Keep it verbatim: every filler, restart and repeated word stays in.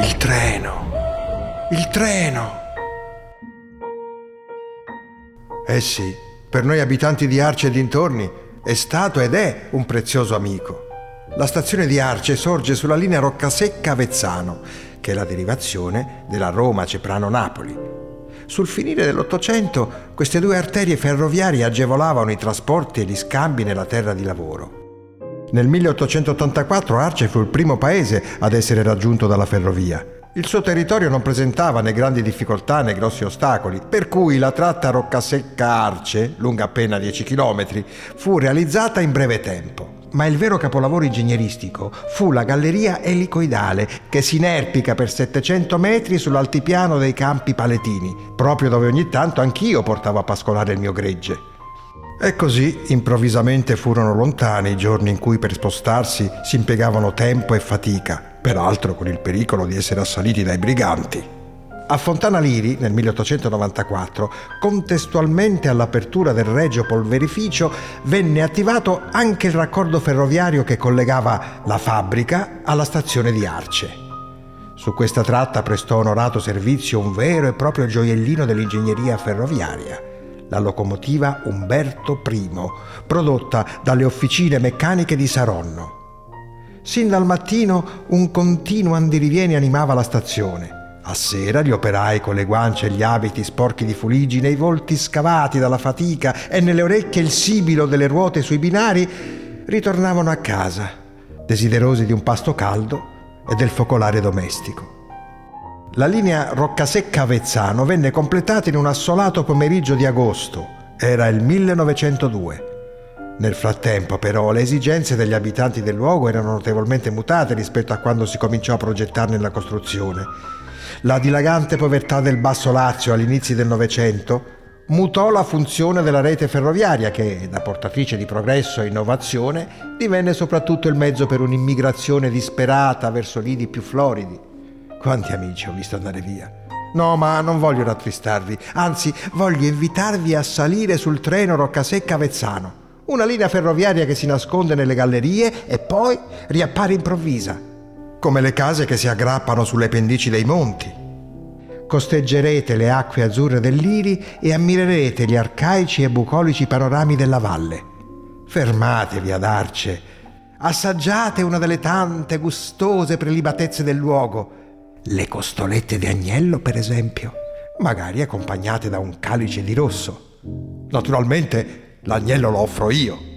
Il treno! Il treno! Eh sì, per noi abitanti di Arce e dintorni è stato ed è un prezioso amico. La stazione di Arce sorge sulla linea Roccasecca-Avezzano, che è la derivazione della Roma-Ceprano-Napoli. Sul finire dell'Ottocento, queste due arterie ferroviarie agevolavano i trasporti e gli scambi nella terra di lavoro. Nel milleottocentottantaquattro Arce fu il primo paese ad essere raggiunto dalla ferrovia. Il suo territorio non presentava né grandi difficoltà né grossi ostacoli, per cui la tratta Roccasecca-Arce, lunga appena dieci chilometri, fu realizzata in breve tempo. Ma il vero capolavoro ingegneristico fu la galleria elicoidale, che si inerpica per settecento metri sull'altipiano dei Campi Paletini, proprio dove ogni tanto anch'io portavo a pascolare il mio gregge. E così improvvisamente furono lontani i giorni in cui per spostarsi si impiegavano tempo e fatica, peraltro con il pericolo di essere assaliti dai briganti. A Fontana Liri, nel milleottocentonovantaquattro, contestualmente all'apertura del Regio Polverificio, venne attivato anche il raccordo ferroviario che collegava la fabbrica alla stazione di Arce. Su questa tratta prestò onorato servizio un vero e proprio gioiellino dell'ingegneria ferroviaria, la locomotiva Umberto I, prodotta dalle officine meccaniche di Saronno. Sin dal mattino un continuo andirivieni animava la stazione. A sera gli operai con le guance e gli abiti sporchi di fuliggine, i volti scavati dalla fatica e nelle orecchie il sibilo delle ruote sui binari, ritornavano a casa, desiderosi di un pasto caldo e del focolare domestico. La linea Roccasecca-Avezzano venne completata in un assolato pomeriggio di agosto. Era il millenovecentodue. Nel frattempo, però, le esigenze degli abitanti del luogo erano notevolmente mutate rispetto a quando si cominciò a progettarne la costruzione. La dilagante povertà del Basso Lazio all'inizio del Novecento mutò la funzione della rete ferroviaria che, da portatrice di progresso e innovazione, divenne soprattutto il mezzo per un'immigrazione disperata verso lidi più floridi. Quanti amici ho visto andare via. No, ma non voglio rattristarvi, anzi voglio invitarvi a salire sul treno Roccasecca-Avezzano, una linea ferroviaria che si nasconde nelle gallerie e poi riappare improvvisa, come le case che si aggrappano sulle pendici dei monti. Costeggerete le acque azzurre del Liri e ammirerete gli arcaici e bucolici panorami della valle. Fermatevi ad Arce, assaggiate una delle tante gustose prelibatezze del luogo, le costolette di agnello, per esempio, magari accompagnate da un calice di rosso. Naturalmente l'agnello lo offro io.